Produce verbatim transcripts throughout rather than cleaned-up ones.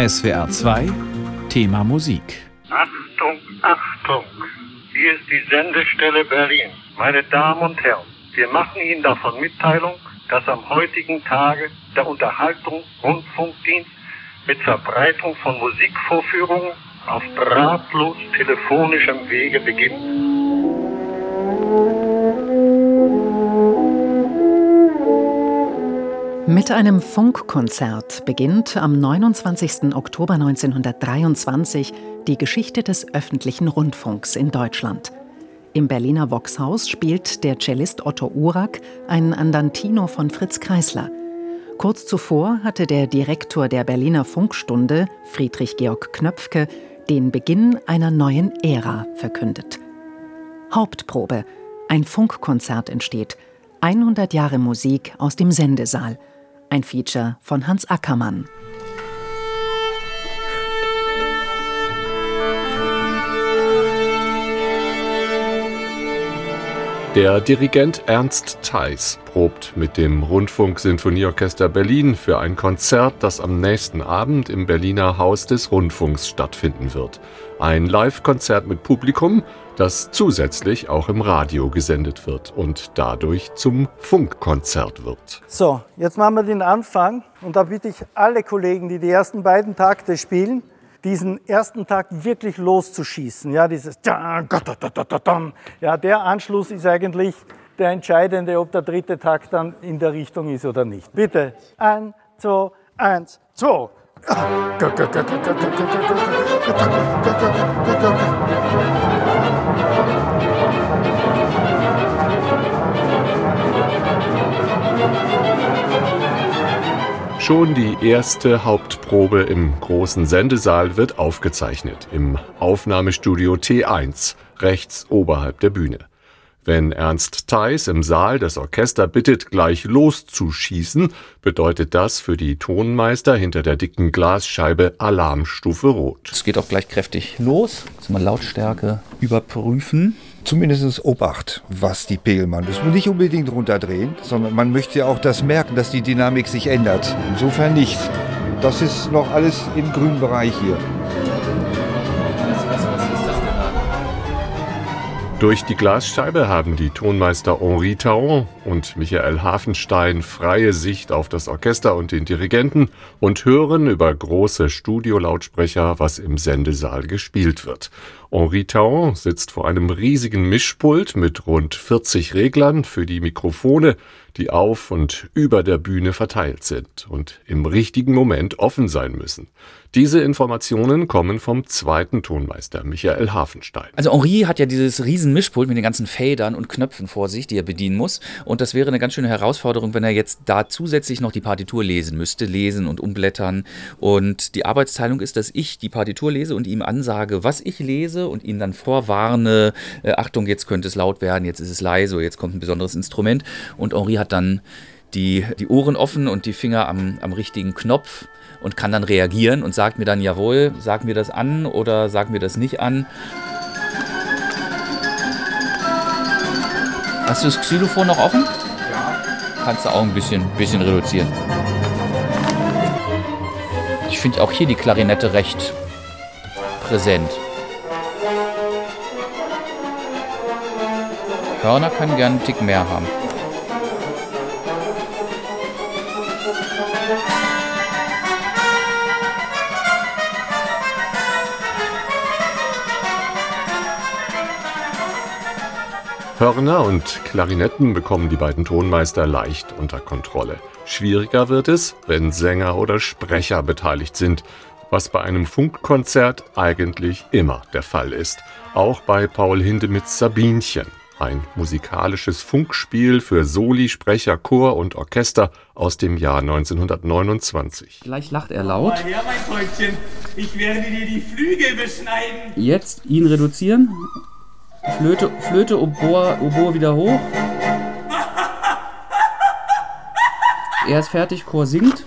S W R zwei Thema Musik. Achtung, Achtung! Hier ist die Sendestelle Berlin. Meine Damen und Herren, wir machen Ihnen davon Mitteilung, dass am heutigen Tage der Unterhaltungsrundfunkdienst mit Verbreitung von Musikvorführungen auf drahtlos telefonischem Wege beginnt. Mit einem Funkkonzert beginnt am neunundzwanzigsten Oktober neunzehnhundertdreiundzwanzig die Geschichte des öffentlichen Rundfunks in Deutschland. Im Berliner Voxhaus spielt der Cellist Otto Urak ein Andantino von Fritz Kreisler. Kurz zuvor hatte der Direktor der Berliner Funkstunde, Friedrich Georg Knöpfke, den Beginn einer neuen Ära verkündet. Hauptprobe. Ein Funkkonzert entsteht. hundert Jahre Musik aus dem Sendesaal. Ein Feature von Hans Ackermann. Der Dirigent Ernst Theis probt mit dem Rundfunk-Sinfonieorchester Berlin für ein Konzert, das am nächsten Abend im Berliner Haus des Rundfunks stattfinden wird. Ein Live-Konzert mit Publikum, das zusätzlich auch im Radio gesendet wird und dadurch zum Funkkonzert wird. So, jetzt machen wir den Anfang und da bitte ich alle Kollegen, die die ersten beiden Takte spielen, diesen ersten Takt wirklich loszuschießen. Ja, dieses ja, der Anschluss ist eigentlich der entscheidende, ob der dritte Takt dann in der Richtung ist oder nicht. Bitte. Eins, zwei, eins, zwei. Schon die erste Hauptprobe im großen Sendesaal wird aufgezeichnet, im Aufnahmestudio T eins, rechts oberhalb der Bühne. Wenn Ernst Theis im Saal das Orchester bittet, gleich loszuschießen, bedeutet das für die Tonmeister hinter der dicken Glasscheibe Alarmstufe Rot. Es geht auch gleich kräftig los. Jetzt mal Lautstärke überprüfen. Zumindest Obacht, was die Pegel machen. Das muss nicht unbedingt runterdrehen, sondern man möchte ja auch das merken, dass die Dynamik sich ändert. Insofern nicht. Das ist noch alles im grünen Bereich hier. Durch die Glasscheibe haben die Tonmeister Henri Taon und Michael Hafenstein freie Sicht auf das Orchester und den Dirigenten und hören über große Studiolautsprecher, was im Sendesaal gespielt wird. Henri Taon sitzt vor einem riesigen Mischpult mit rund vierzig Reglern für die Mikrofone, die auf und über der Bühne verteilt sind und im richtigen Moment offen sein müssen. Diese Informationen kommen vom zweiten Tonmeister, Michael Hafenstein. Also Henri hat ja dieses riesen Mischpult mit den ganzen Federn und Knöpfen vor sich, die er bedienen muss. Und das wäre eine ganz schöne Herausforderung, wenn er jetzt da zusätzlich noch die Partitur lesen müsste, lesen und umblättern. Und die Arbeitsteilung ist, dass ich die Partitur lese und ihm ansage, was ich lese und ihn dann vorwarne, äh, Achtung, jetzt könnte es laut werden, jetzt ist es leise, oder jetzt kommt ein besonderes Instrument. Und Henri hat dann die, die Ohren offen und die Finger am, am richtigen Knopf und kann dann reagieren und sagt mir dann, jawohl, sag mir das an oder sag mir das nicht an. Hast du das Xylophon noch offen? Ja. Kannst du auch ein bisschen, bisschen reduzieren. Ich finde auch hier die Klarinette recht präsent. Hörner können gerne einen Tick mehr haben. Hörner und Klarinetten bekommen die beiden Tonmeister leicht unter Kontrolle. Schwieriger wird es, wenn Sänger oder Sprecher beteiligt sind, was bei einem Funkkonzert eigentlich immer der Fall ist. Auch bei Paul Hindemiths Sabinchen, ein musikalisches Funkspiel für Soli, Sprecher, Chor und Orchester aus dem Jahr neunzehnhundertneunundzwanzig. Gleich lacht er laut. Komm mal her, mein Täubchen, ich werde dir die Flügel beschneiden. Jetzt ihn reduzieren. Flöte, Flöte, Oboe, Oboe wieder hoch. Er ist fertig, Chor singt.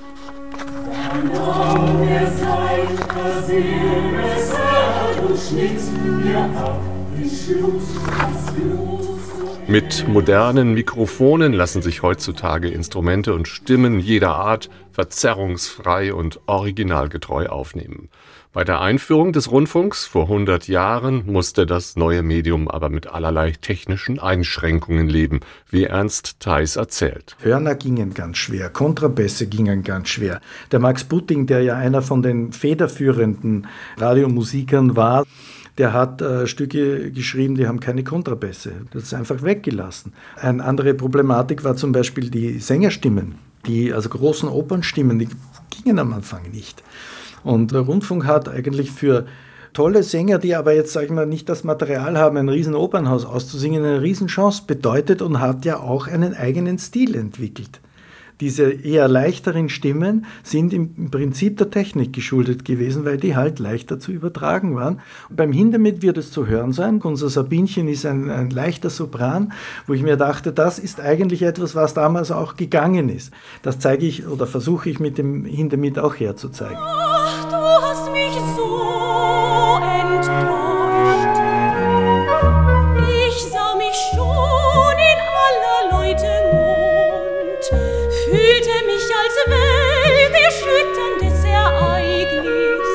Mit modernen Mikrofonen lassen sich heutzutage Instrumente und Stimmen jeder Art verzerrungsfrei und originalgetreu aufnehmen. Bei der Einführung des Rundfunks vor hundert Jahren musste das neue Medium aber mit allerlei technischen Einschränkungen leben, wie Ernst Theis erzählt. Hörner gingen ganz schwer, Kontrabässe gingen ganz schwer. Der Max Butting, der ja einer von den federführenden Radiomusikern war, der hat äh, Stücke geschrieben, die haben keine Kontrabässe. Das ist einfach weggelassen. Eine andere Problematik war zum Beispiel die Sängerstimmen. Die also großen Opernstimmen, die gingen am Anfang nicht. Und der Rundfunk hat eigentlich für tolle Sänger, die aber jetzt, sag ich mal, nicht das Material haben, ein riesen Opernhaus auszusingen, eine Riesenchance bedeutet und hat ja auch einen eigenen Stil entwickelt. Diese eher leichteren Stimmen sind im Prinzip der Technik geschuldet gewesen, weil die halt leichter zu übertragen waren. Und beim Hindemith wird es zu hören sein. Unser Sabinchen ist ein, ein leichter Sopran, wo ich mir dachte, das ist eigentlich etwas, was damals auch gegangen ist. Das zeige ich oder versuche ich mit dem Hindemith auch herzuzeigen. Ach, du hast mich so enttäuscht. Ich sah mich schon in aller Leute Mund, fühlte mich als welterschütterndes Ereignis.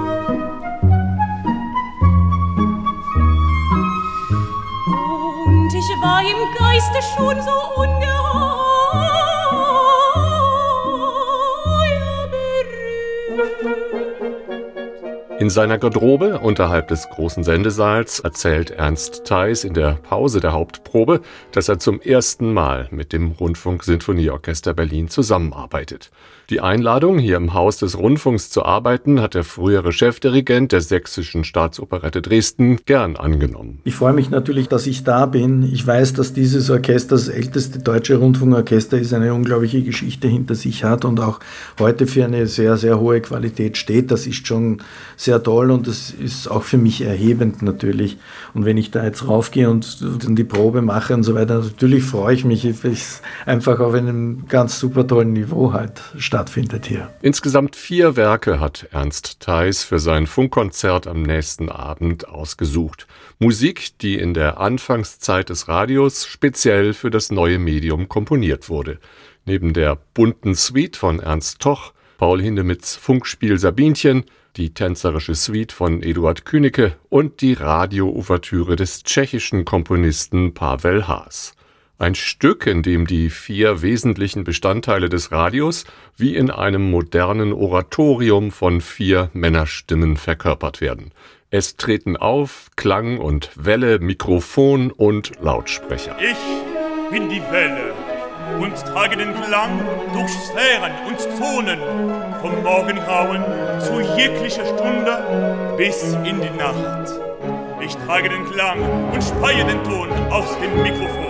Und ich war im Geiste schon so ungeheuer berührt. In seiner Garderobe unterhalb des großen Sendesaals erzählt Ernst Theis in der Pause der Hauptprobe, dass er zum ersten Mal mit dem Rundfunk-Sinfonieorchester Berlin zusammenarbeitet. Die Einladung, hier im Haus des Rundfunks zu arbeiten, hat der frühere Chefdirigent der Sächsischen Staatsoperette Dresden gern angenommen. Ich freue mich natürlich, dass ich da bin. Ich weiß, dass dieses Orchester, das älteste deutsche Rundfunkorchester ist, eine unglaubliche Geschichte hinter sich hat und auch heute für eine sehr, sehr hohe Qualität steht. Das ist schon sehr toll und das ist auch für mich erhebend natürlich. Und wenn ich da jetzt raufgehe und die Probe mache und so weiter, natürlich freue ich mich, weil es einfach auf einem ganz super tollen Niveau halt stattfindet hier. Insgesamt vier Werke hat Ernst Theis für sein Funkkonzert am nächsten Abend ausgesucht. Musik, die in der Anfangszeit des Radios speziell für das neue Medium komponiert wurde. Neben der bunten Suite von Ernst Toch, Paul Hindemiths Funkspiel Sabinchen, die tänzerische Suite von Eduard Künicke und die Radio-Ouvertüre des tschechischen Komponisten Pavel Haas. Ein Stück, in dem die vier wesentlichen Bestandteile des Radios wie in einem modernen Oratorium von vier Männerstimmen verkörpert werden. Es treten auf Klang und Welle, Mikrofon und Lautsprecher. Ich bin die Welle und trage den Klang durch Sphären und Zonen, vom Morgengrauen zu jeglicher Stunde bis in die Nacht. Ich trage den Klang und speie den Ton aus dem Mikrofon.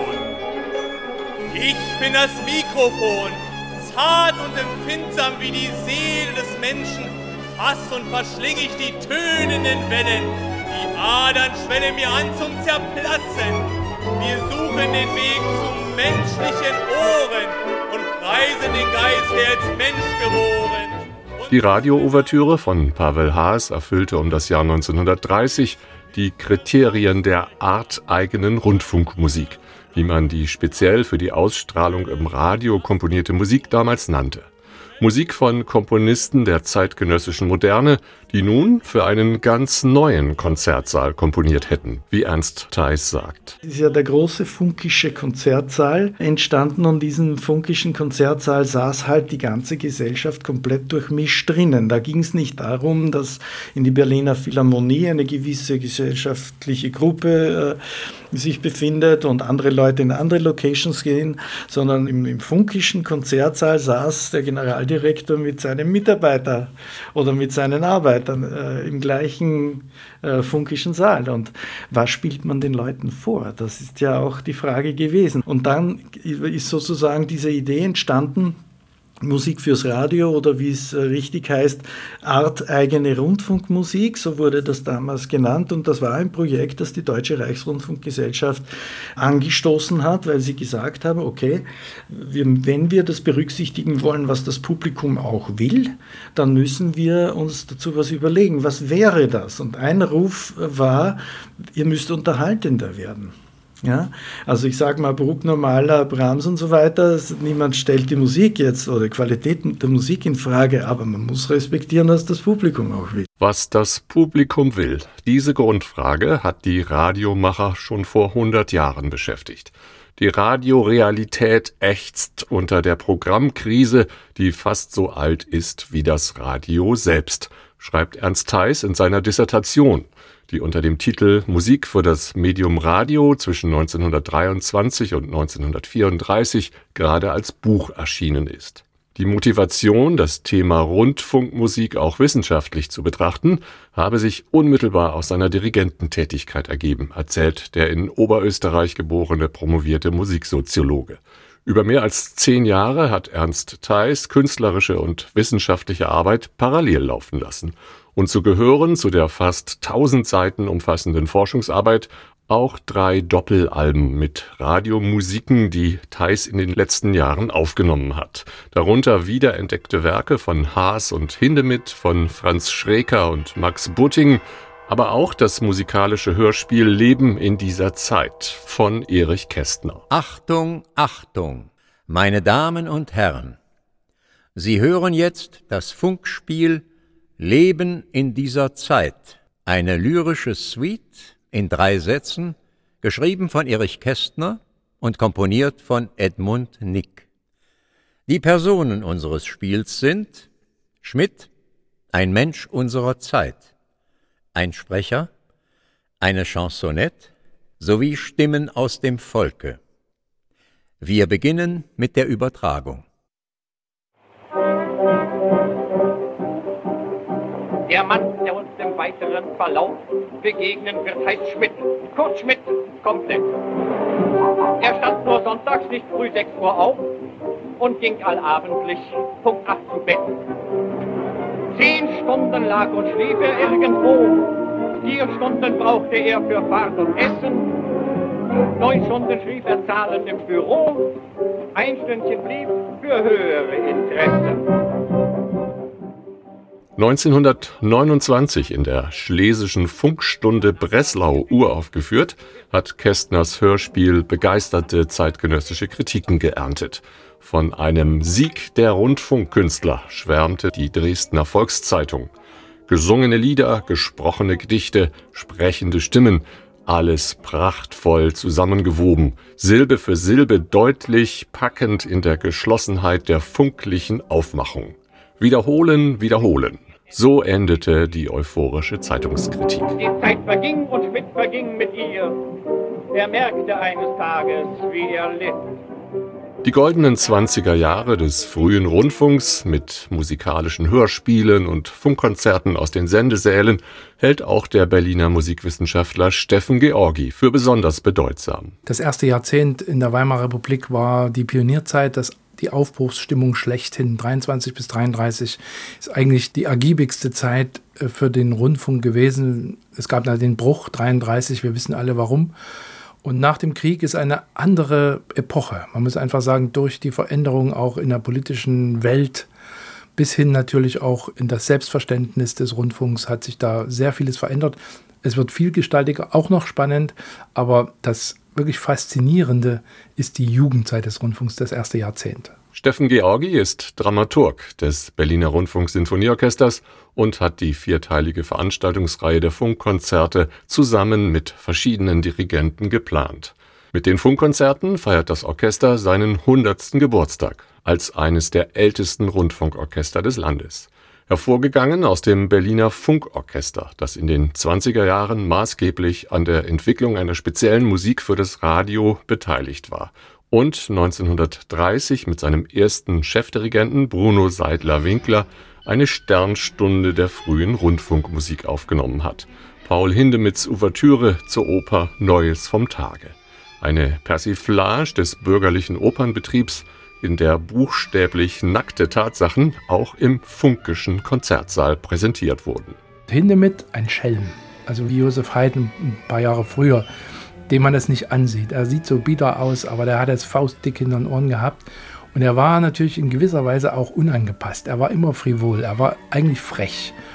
Ich bin das Mikrofon, zart und empfindsam wie die Seele des Menschen, fass und verschlinge ich die tönenden Wellen, die Adern schwellen mir an zum Zerplatzen. Wir suchen den Weg zum menschlichen Ohren und preisen den Geist, der als Mensch geboren. Und die Radio-Ouvertüre von Pavel Haas erfüllte um das Jahr neunzehnhundertdreißig die Kriterien der arteigenen Rundfunkmusik, wie man die speziell für die Ausstrahlung im Radio komponierte Musik damals nannte. Musik von Komponisten der zeitgenössischen Moderne, die nun für einen ganz neuen Konzertsaal komponiert hätten, wie Ernst Theis sagt. Es ist ja der große funkische Konzertsaal entstanden und in diesem funkischen Konzertsaal saß halt die ganze Gesellschaft komplett durchmischt drinnen. Da ging es nicht darum, dass in die Berliner Philharmonie eine gewisse gesellschaftliche Gruppe äh, sich befindet und andere Leute in andere Locations gehen, sondern im, im funkischen Konzertsaal saß der Generaldirektor mit seinem Mitarbeiter oder mit seinen Arbeitern äh, im gleichen äh, funkischen Saal. Und was spielt man den Leuten vor? Das ist ja auch die Frage gewesen. Und dann ist sozusagen diese Idee entstanden, Musik fürs Radio oder wie es richtig heißt, arteigene Rundfunkmusik, so wurde das damals genannt und das war ein Projekt, das die Deutsche Reichsrundfunkgesellschaft angestoßen hat, weil sie gesagt haben, okay, wir, wenn wir das berücksichtigen wollen, was das Publikum auch will, dann müssen wir uns dazu was überlegen, was wäre das? Und ein Ruf war, ihr müsst unterhaltender werden. Ja, also ich sage mal Bruckner, Mahler, Brahms und so weiter, niemand stellt die Musik jetzt oder die Qualität der Musik in Frage, aber man muss respektieren, was das Publikum auch will. Was das Publikum will, diese Grundfrage hat die Radiomacher schon vor hundert Jahren beschäftigt. Die Radiorealität ächzt unter der Programmkrise, die fast so alt ist wie das Radio selbst, schreibt Ernst Theis in seiner Dissertation, die unter dem Titel Musik für das Medium Radio zwischen neunzehnhundertdreiundzwanzig und neunzehnhundertvierunddreißig gerade als Buch erschienen ist. Die Motivation, das Thema Rundfunkmusik auch wissenschaftlich zu betrachten, habe sich unmittelbar aus seiner Dirigententätigkeit ergeben, erzählt der in Oberösterreich geborene promovierte Musiksoziologe. Über mehr als zehn Jahre hat Ernst Theis künstlerische und wissenschaftliche Arbeit parallel laufen lassen. Und so gehören zu der fast tausend Seiten umfassenden Forschungsarbeit auch drei Doppelalben mit Radiomusiken, die Theis in den letzten Jahren aufgenommen hat. Darunter wiederentdeckte Werke von Haas und Hindemith, von Franz Schreker und Max Butting, aber auch das musikalische Hörspiel Leben in dieser Zeit von Erich Kästner. Achtung, Achtung, meine Damen und Herren! Sie hören jetzt das Funkspiel Leben in dieser Zeit, eine lyrische Suite in drei Sätzen, geschrieben von Erich Kästner und komponiert von Edmund Nick. Die Personen unseres Spiels sind Schmidt, ein Mensch unserer Zeit, ein Sprecher, eine Chansonette sowie Stimmen aus dem Volke. Wir beginnen mit der Übertragung. Der Mann, der uns im weiteren Verlauf begegnen wird, heißt Schmidt. Kurt Schmidt, komplett. Er stand nur sonntags nicht früh sechs Uhr auf und ging allabendlich Punkt acht zu Bett. Zehn Stunden lag und schlief er irgendwo. Vier Stunden brauchte er für Fahrt und Essen. Neun Stunden schrieb er zahlend im Büro. Ein Stündchen blieb für höhere Interessen. neunzehnhundertneunundzwanzig in der Schlesischen Funkstunde Breslau uraufgeführt, hat Kästners Hörspiel begeisterte zeitgenössische Kritiken geerntet. Von einem Sieg der Rundfunkkünstler schwärmte die Dresdner Volkszeitung. Gesungene Lieder, gesprochene Gedichte, sprechende Stimmen, alles prachtvoll zusammengewoben, Silbe für Silbe deutlich, packend in der Geschlossenheit der funklichen Aufmachung. Wiederholen, wiederholen. So endete die euphorische Zeitungskritik. Die Zeit verging und Schmidt verging mit ihr. Er merkte eines Tages, wie er litt. Die goldenen zwanziger Jahre des frühen Rundfunks mit musikalischen Hörspielen und Funkkonzerten aus den Sendesälen hält auch der Berliner Musikwissenschaftler Steffen Georgi für besonders bedeutsam. Das erste Jahrzehnt in der Weimarer Republik war die Pionierzeit, das die Aufbruchsstimmung schlechthin. dreiundzwanzig bis dreiunddreißig ist eigentlich die ergiebigste Zeit für den Rundfunk gewesen. Es gab da den Bruch, dreiunddreißig, wir wissen alle warum. Und nach dem Krieg ist eine andere Epoche. Man muss einfach sagen, durch die Veränderung auch in der politischen Welt bis hin natürlich auch in das Selbstverständnis des Rundfunks hat sich da sehr vieles verändert. Es wird vielgestaltiger, auch noch spannend, aber das wirklich Faszinierende ist die Jugendzeit des Rundfunks, das erste Jahrzehnt. Steffen Georgi ist Dramaturg des Berliner Rundfunk-Sinfonieorchesters und hat die vierteilige Veranstaltungsreihe der Funkkonzerte zusammen mit verschiedenen Dirigenten geplant. Mit den Funkkonzerten feiert das Orchester seinen hundertsten Geburtstag als eines der ältesten Rundfunkorchester des Landes. Hervorgegangen aus dem Berliner Funkorchester, das in den zwanziger Jahren maßgeblich an der Entwicklung einer speziellen Musik für das Radio beteiligt war und neunzehnhundertdreißig mit seinem ersten Chefdirigenten Bruno Seidler-Winkler eine Sternstunde der frühen Rundfunkmusik aufgenommen hat. Paul Hindemiths Ouvertüre zur Oper Neues vom Tage. Eine Persiflage des bürgerlichen Opernbetriebs, in der buchstäblich nackte Tatsachen auch im funkischen Konzertsaal präsentiert wurden. Hindemith, ein Schelm, also wie Joseph Haydn ein paar Jahre früher, dem man das nicht ansieht. Er sieht so bieder aus, aber der hat es faustdick hinter den Ohren gehabt. Und er war natürlich in gewisser Weise auch unangepasst. Er war immer frivol, er war eigentlich frech.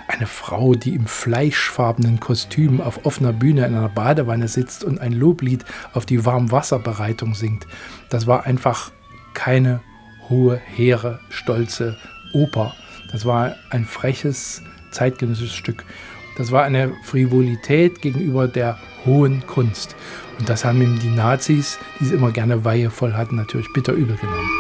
Eine Frau, die im fleischfarbenen Kostüm auf offener Bühne in einer Badewanne sitzt und ein Loblied auf die Warmwasserbereitung singt. Das war einfach keine hohe, hehre, stolze Oper. Das war ein freches, zeitgenössisches Stück. Das war eine Frivolität gegenüber der hohen Kunst. Und das haben ihm die Nazis, die sie immer gerne weihevoll hatten, natürlich bitter übel genommen.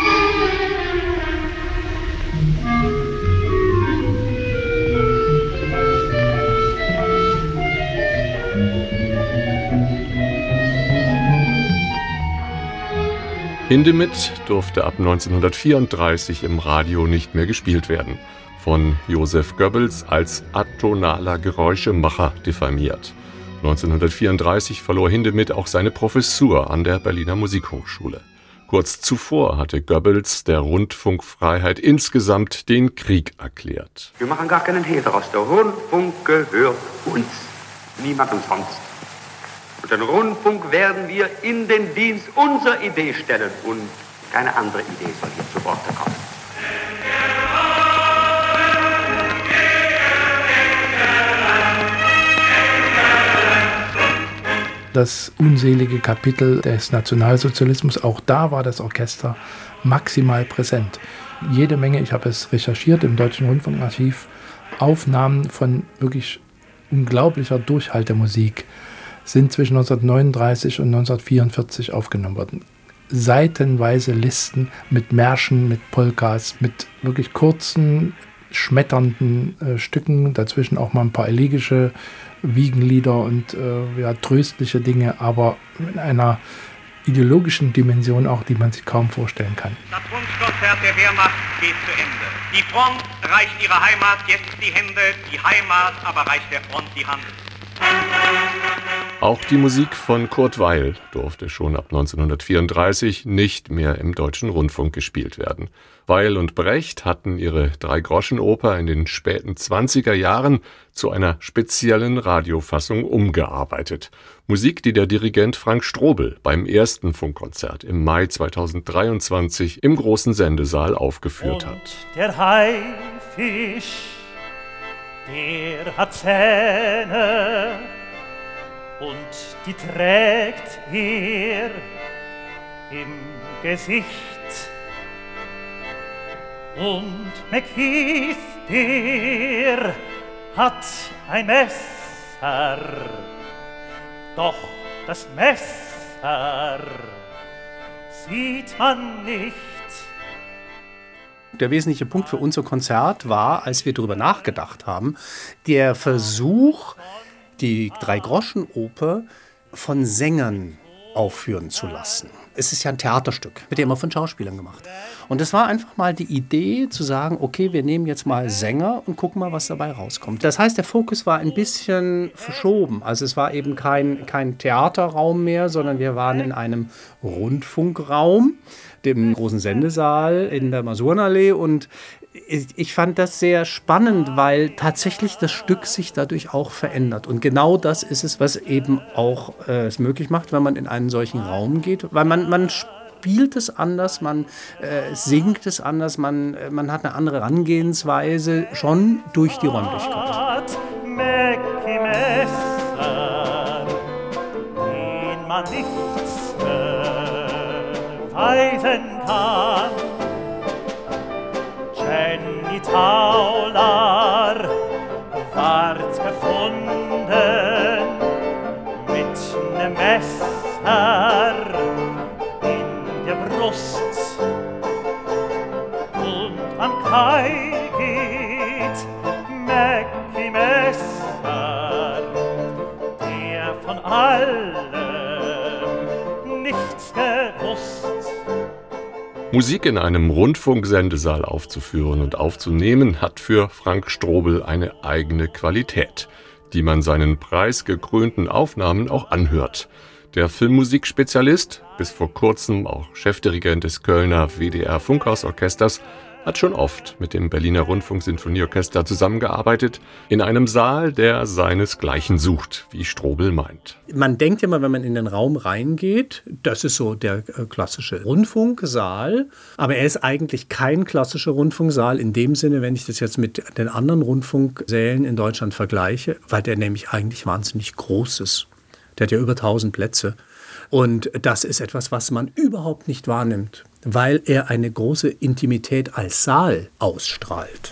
Hindemith durfte ab neunzehnhundertvierunddreißig im Radio nicht mehr gespielt werden. Von Joseph Goebbels als atonaler Geräuschemacher diffamiert. neunzehnhundertvierunddreißig verlor Hindemith auch seine Professur an der Berliner Musikhochschule. Kurz zuvor hatte Goebbels der Rundfunkfreiheit insgesamt den Krieg erklärt. Wir machen gar keinen Hehl daraus. Der Rundfunk gehört uns, niemandem sonst. Und den Rundfunk werden wir in den Dienst unserer Idee stellen und keine andere Idee soll hier zu Wort kommen. Das unselige Kapitel des Nationalsozialismus, auch da war das Orchester maximal präsent. Jede Menge, ich habe es recherchiert im Deutschen Rundfunkarchiv, Aufnahmen von wirklich unglaublicher Durchhaltemusik sind zwischen neunzehnhundertneununddreißig und neunzehnhundertvierundvierzig aufgenommen worden. Seitenweise Listen mit Märschen, mit Polkas, mit wirklich kurzen, schmetternden äh, Stücken, dazwischen auch mal ein paar elegische Wiegenlieder und äh, ja, tröstliche Dinge, aber in einer ideologischen Dimension auch, die man sich kaum vorstellen kann. Das Wunschkonzert der Wehrmacht geht zu Ende. Die Front reicht ihrer Heimat jetzt die Hände, die Heimat aber reicht der Front die Hand. Auch die Musik von Kurt Weill durfte schon ab neunzehnhundertvierunddreißig nicht mehr im Deutschen Rundfunk gespielt werden. Weill und Brecht hatten ihre Drei-Groschen-Oper in den späten zwanziger Jahren zu einer speziellen Radiofassung umgearbeitet. Musik, die der Dirigent Frank Strobel beim ersten Funkkonzert im Mai zweitausenddreiundzwanzig im großen Sendesaal aufgeführt hat. Und der Haifisch, der hat Zähne und die trägt er im Gesicht. Und McKeith, der hat ein Messer, doch das Messer sieht man nicht. Der wesentliche Punkt für unser Konzert war, als wir darüber nachgedacht haben, der Versuch, die Drei-Groschen-Oper von Sängern aufführen zu lassen. Es ist ja ein Theaterstück, wird ja immer von Schauspielern gemacht. Und es war einfach mal die Idee zu sagen, okay, wir nehmen jetzt mal Sänger und gucken mal, was dabei rauskommt. Das heißt, der Fokus war ein bisschen verschoben. Also es war eben kein, kein Theaterraum mehr, sondern wir waren in einem Rundfunkraum, dem großen Sendesaal in der Masurenallee, und ich fand das sehr spannend, weil tatsächlich das Stück sich dadurch auch verändert. Und genau das ist es, was eben auch äh, es möglich macht, wenn man in einen solchen Raum geht. Weil man, man spielt es anders, man äh, singt es anders, man, äh, man hat eine andere Herangehensweise schon durch die Räumlichkeit. Mäcki Messer, den man nichts beweisen kann. Jenny Tauler ward gefunden mit nem Messer in der Brust, und am Kai geht Mäcki Messer, der von allem nichts gewusst. Musik in einem Rundfunksendesaal aufzuführen und aufzunehmen, hat für Frank Strobel eine eigene Qualität, die man seinen preisgekrönten Aufnahmen auch anhört. Der Filmmusikspezialist, bis vor kurzem auch Chefdirigent des Kölner W D R Funkhausorchesters, hat schon oft mit dem Berliner Rundfunk-Sinfonieorchester zusammengearbeitet, in einem Saal, der seinesgleichen sucht, wie Strobel meint. Man denkt immer, wenn man in den Raum reingeht, das ist so der äh, klassische Rundfunksaal, aber er ist eigentlich kein klassischer Rundfunksaal in dem Sinne, wenn ich das jetzt mit den anderen Rundfunksälen in Deutschland vergleiche, weil der nämlich eigentlich wahnsinnig groß ist. Der hat ja über tausend Plätze. Und das ist etwas, was man überhaupt nicht wahrnimmt, weil er eine große Intimität als Saal ausstrahlt.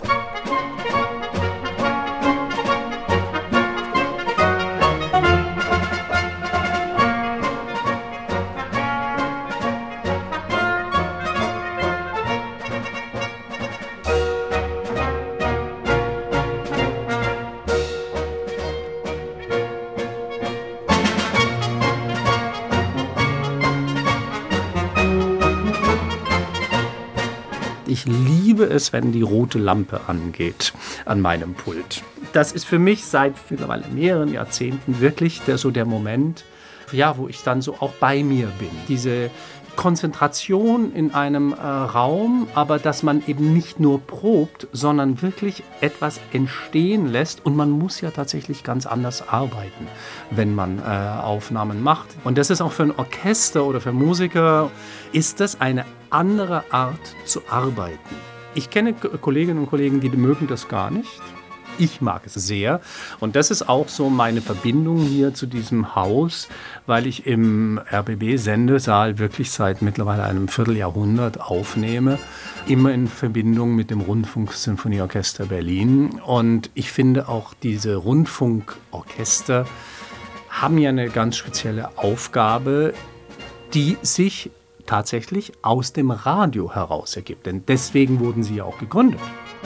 Ich liebe es, wenn die rote Lampe angeht an meinem Pult. Das ist für mich seit mittlerweile mehreren Jahrzehnten wirklich der, so der Moment, ja, wo ich dann so auch bei mir bin. Diese Konzentration in einem äh, Raum, aber dass man eben nicht nur probt, sondern wirklich etwas entstehen lässt. Und man muss ja tatsächlich ganz anders arbeiten, wenn man äh, Aufnahmen macht. Und das ist auch für ein Orchester oder für Musiker, ist das eine andere Art zu arbeiten. Ich kenne Kolleginnen und Kollegen, die mögen das gar nicht. Ich mag es sehr. Und das ist auch so meine Verbindung hier zu diesem Haus, weil ich im R B B-Sendesaal wirklich seit mittlerweile einem Vierteljahrhundert aufnehme. Immer in Verbindung mit dem Rundfunk-Sinfonieorchester Berlin. Und ich finde auch, diese Rundfunkorchester haben ja eine ganz spezielle Aufgabe, die sich tatsächlich aus dem Radio heraus ergibt. Denn deswegen wurden sie ja auch gegründet.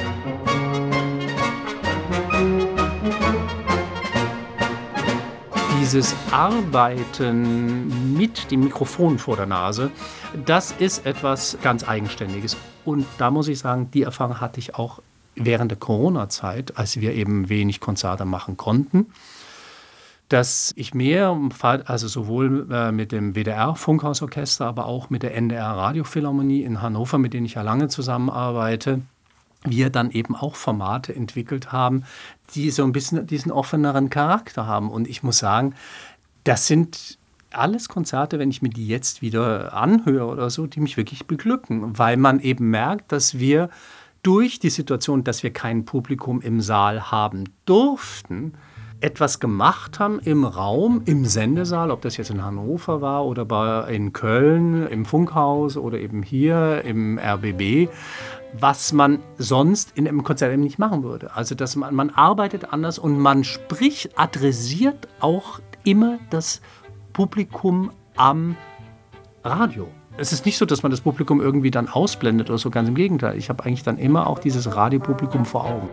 Dieses Arbeiten mit dem Mikrofon vor der Nase, das ist etwas ganz Eigenständiges. Und da muss ich sagen, die Erfahrung hatte ich auch während der Corona-Zeit, als wir eben wenig Konzerte machen konnten, dass ich mehr, also sowohl mit dem W D R-Funkhausorchester, aber auch mit der N D R-Radiophilharmonie in Hannover, mit denen ich ja lange zusammenarbeite, wir dann eben auch Formate entwickelt haben, die so ein bisschen diesen offeneren Charakter haben. Und ich muss sagen, das sind alles Konzerte, wenn ich mir die jetzt wieder anhöre oder so, die mich wirklich beglücken, weil man eben merkt, dass wir durch die Situation, dass wir kein Publikum im Saal haben durften, etwas gemacht haben im Raum, im Sendesaal, ob das jetzt in Hannover war oder bei, in Köln, im Funkhaus oder eben hier im R B B, was man sonst in einem Konzert eben nicht machen würde. Also dass man, man arbeitet anders und man spricht, adressiert auch immer das Publikum am Radio. Es ist nicht so, dass man das Publikum irgendwie dann ausblendet oder so, ganz im Gegenteil. Ich habe eigentlich dann immer auch dieses Radiopublikum vor Augen.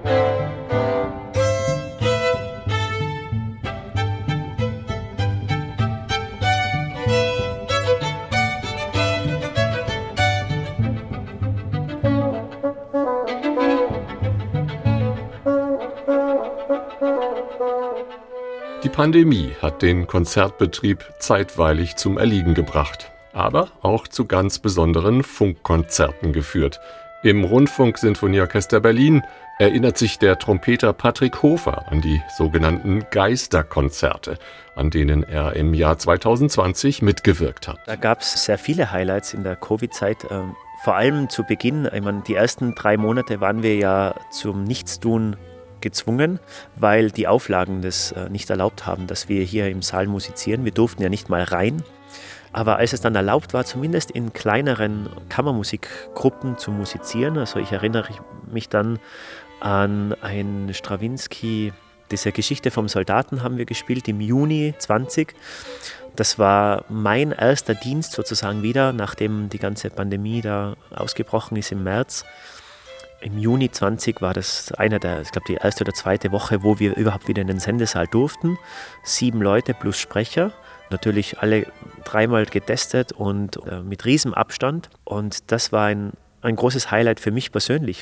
Die Pandemie hat den Konzertbetrieb zeitweilig zum Erliegen gebracht, aber auch zu ganz besonderen Funkkonzerten geführt. Im Rundfunk-Sinfonieorchester Berlin erinnert sich der Trompeter Patrick Hofer an die sogenannten Geisterkonzerte, an denen er im Jahr zwanzig zwanzig mitgewirkt hat. Da gab es sehr viele Highlights in der Covid-Zeit. Ähm, vor allem zu Beginn, ich meine, die ersten drei Monate waren wir ja zum Nichtstun gezwungen, weil die Auflagen das äh, nicht erlaubt haben, dass wir hier im Saal musizieren. Wir durften ja nicht mal rein. Aber als es dann erlaubt war, zumindest in kleineren Kammermusikgruppen zu musizieren, also ich erinnere mich dann an ein Strawinsky, diese Geschichte vom Soldaten haben wir gespielt im Juni zwanzig. Das war mein erster Dienst sozusagen wieder, nachdem die ganze Pandemie da ausgebrochen ist im März. Im Juni zwanzig war das einer der, ich glaube die erste oder zweite Woche, wo wir überhaupt wieder in den Sendesaal durften. Sieben Leute plus Sprecher, natürlich alle dreimal getestet und äh, mit riesem Abstand. Und das war ein, ein großes Highlight für mich persönlich.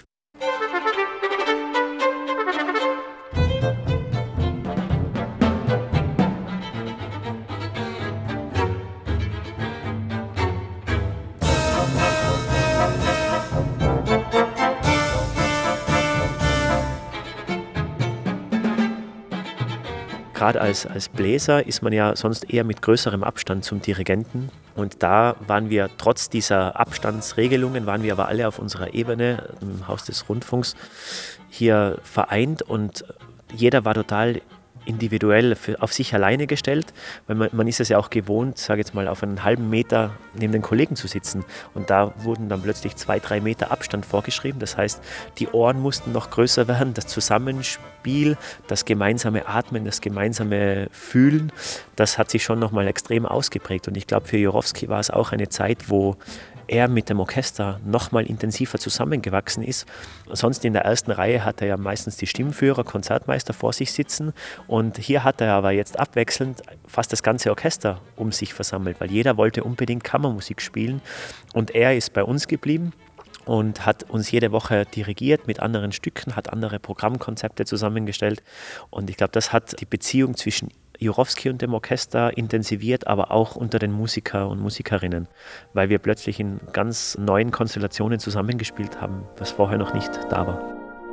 Gerade als, als Bläser ist man ja sonst eher mit größerem Abstand zum Dirigenten. Und da waren wir trotz dieser Abstandsregelungen, waren wir aber alle auf unserer Ebene im Haus des Rundfunks hier vereint und jeder war total individuell für, auf sich alleine gestellt, weil man, man ist es ja auch gewohnt, sage jetzt mal, auf einen halben Meter neben den Kollegen zu sitzen. Und da wurden dann plötzlich zwei, drei Meter Abstand vorgeschrieben. Das heißt, die Ohren mussten noch größer werden, das Zusammenspiel, das gemeinsame Atmen, das gemeinsame Fühlen, das hat sich schon nochmal extrem ausgeprägt. Und ich glaube, für Jurowski war es auch eine Zeit, wo er mit dem Orchester noch mal intensiver zusammengewachsen ist. Sonst in der ersten Reihe hat er ja meistens die Stimmführer, Konzertmeister vor sich sitzen und hier hat er aber jetzt abwechselnd fast das ganze Orchester um sich versammelt, weil jeder wollte unbedingt Kammermusik spielen und er ist bei uns geblieben und hat uns jede Woche dirigiert mit anderen Stücken, hat andere Programmkonzepte zusammengestellt und ich glaube, das hat die Beziehung zwischen Jurowski und dem Orchester intensiviert, aber auch unter den Musiker und Musikerinnen, weil wir plötzlich in ganz neuen Konstellationen zusammengespielt haben, was vorher noch nicht da war.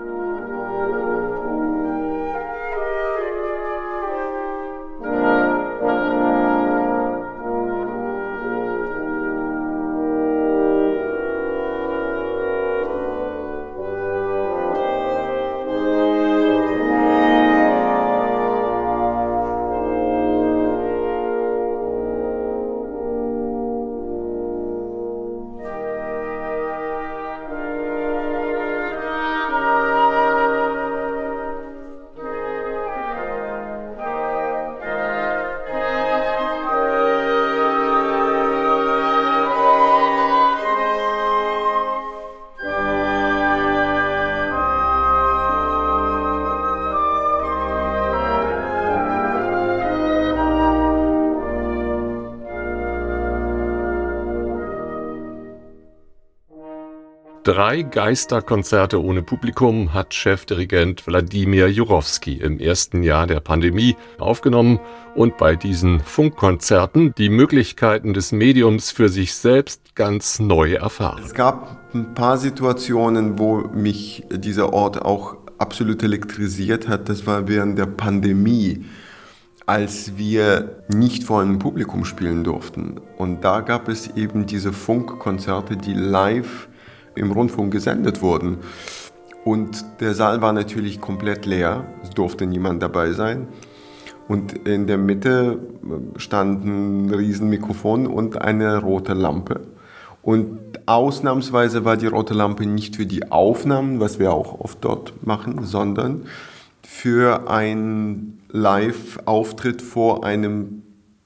Drei Geisterkonzerte ohne Publikum hat Chefdirigent Wladimir Jurowski im ersten Jahr der Pandemie aufgenommen und bei diesen Funkkonzerten die Möglichkeiten des Mediums für sich selbst ganz neu erfahren. Es gab ein paar Situationen, wo mich dieser Ort auch absolut elektrisiert hat. Das war während der Pandemie, als wir nicht vor einem Publikum spielen durften. Und da gab es eben diese Funkkonzerte, die live im Rundfunk gesendet wurden. Und der Saal war natürlich komplett leer, es durfte niemand dabei sein. Und in der Mitte stand ein Riesenmikrofon und eine rote Lampe. Und ausnahmsweise war die rote Lampe nicht für die Aufnahmen, was wir auch oft dort machen, sondern für einen Live-Auftritt vor einem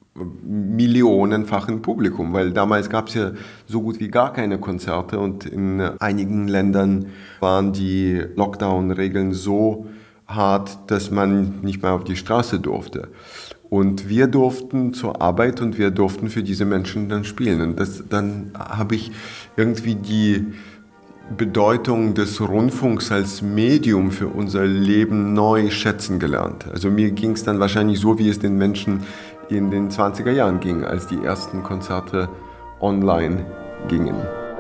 millionenfachen Publikum, weil damals gab es ja so gut wie gar keine Konzerte und in einigen Ländern waren die Lockdown-Regeln so hart, dass man nicht mehr auf die Straße durfte. Und wir durften zur Arbeit und wir durften für diese Menschen dann spielen. Und das, dann habe ich irgendwie die Bedeutung des Rundfunks als Medium für unser Leben neu schätzen gelernt. Also mir ging es dann wahrscheinlich so, wie es den Menschen in den zwanziger Jahren ging, als die ersten Konzerte online gingen.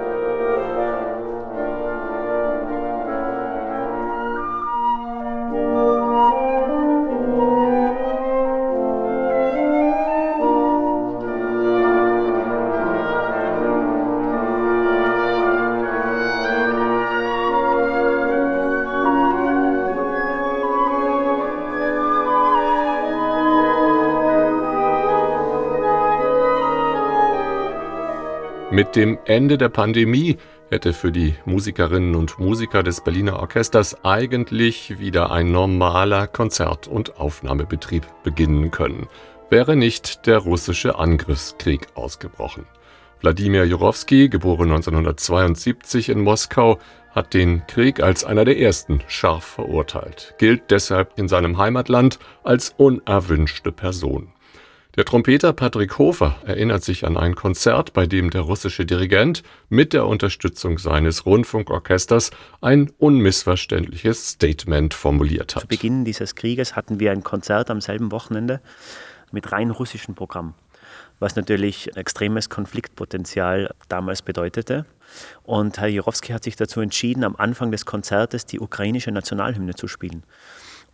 Mit dem Ende der Pandemie hätte für die Musikerinnen und Musiker des Berliner Orchesters eigentlich wieder ein normaler Konzert- und Aufnahmebetrieb beginnen können, wäre nicht der russische Angriffskrieg ausgebrochen. Wladimir Jurowski, geboren neunzehnhundertzweiundsiebzig in Moskau, hat den Krieg als einer der ersten scharf verurteilt, gilt deshalb in seinem Heimatland als unerwünschte Person. Der Trompeter Patrick Hofer erinnert sich an ein Konzert, bei dem der russische Dirigent mit der Unterstützung seines Rundfunkorchesters ein unmissverständliches Statement formuliert hat. Zu Beginn dieses Krieges hatten wir ein Konzert am selben Wochenende mit rein russischem Programm, was natürlich extremes Konfliktpotenzial damals bedeutete. Und Herr Jurowski hat sich dazu entschieden, am Anfang des Konzertes die ukrainische Nationalhymne zu spielen.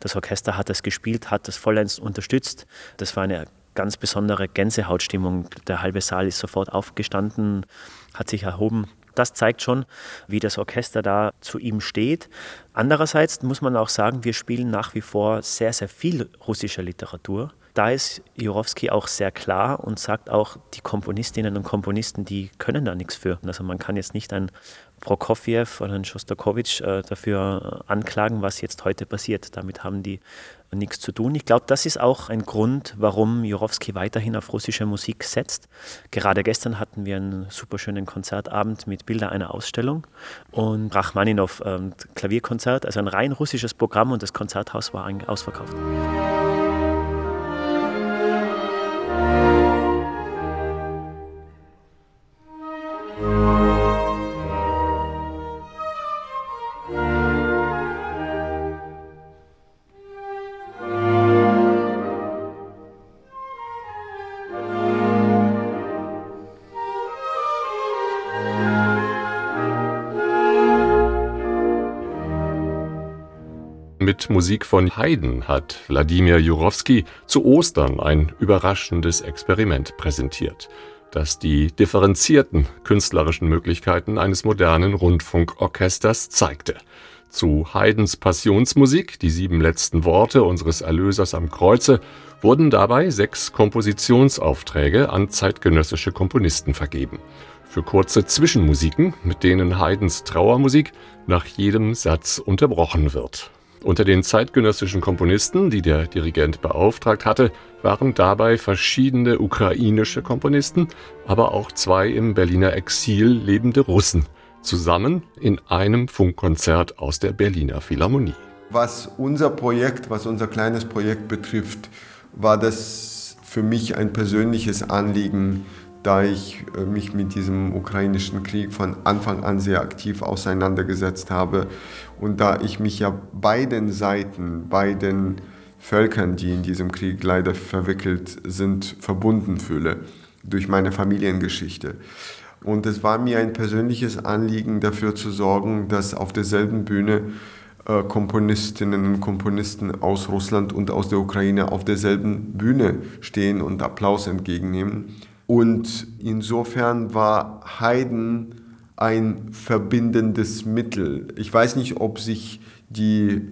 Das Orchester hat das gespielt, hat das vollends unterstützt. Das war eine ganz besondere Gänsehautstimmung. Der halbe Saal ist sofort aufgestanden, hat sich erhoben. Das zeigt schon, wie das Orchester da zu ihm steht. Andererseits muss man auch sagen, wir spielen nach wie vor sehr, sehr viel russische Literatur. Da ist Jurowski auch sehr klar und sagt auch, die Komponistinnen und Komponisten, die können da nichts für. Also man kann jetzt nicht einen Prokofjew oder einen Schostakowitsch äh, dafür anklagen, was jetzt heute passiert. Damit haben die nichts zu tun. Ich glaube, das ist auch ein Grund, warum Jurowski weiterhin auf russische Musik setzt. Gerade gestern hatten wir einen super schönen Konzertabend mit Bilder einer Ausstellung und Rachmaninow ähm, Klavierkonzert, also ein rein russisches Programm, und das Konzerthaus war ausverkauft. Mit Musik von Haydn hat Wladimir Jurowski zu Ostern ein überraschendes Experiment präsentiert, das die differenzierten künstlerischen Möglichkeiten eines modernen Rundfunkorchesters zeigte. Zu Haydns Passionsmusik, die sieben letzten Worte unseres Erlösers am Kreuze, wurden dabei sechs Kompositionsaufträge an zeitgenössische Komponisten vergeben. Für kurze Zwischenmusiken, mit denen Haydns Trauermusik nach jedem Satz unterbrochen wird. Unter den zeitgenössischen Komponisten, die der Dirigent beauftragt hatte, waren dabei verschiedene ukrainische Komponisten, aber auch zwei im Berliner Exil lebende Russen, zusammen in einem Funkkonzert aus der Berliner Philharmonie. Was unser Projekt, was unser kleines Projekt betrifft, war das für mich ein persönliches Anliegen, da ich mich mit diesem ukrainischen Krieg von Anfang an sehr aktiv auseinandergesetzt habe und da ich mich ja beiden Seiten, beiden Völkern, die in diesem Krieg leider verwickelt sind, verbunden fühle durch meine Familiengeschichte. Und es war mir ein persönliches Anliegen, dafür zu sorgen, dass auf derselben Bühne äh, Komponistinnen und Komponisten aus Russland und aus der Ukraine auf derselben Bühne stehen und Applaus entgegennehmen. Und insofern war Haydn ein verbindendes Mittel. Ich weiß nicht, ob sich die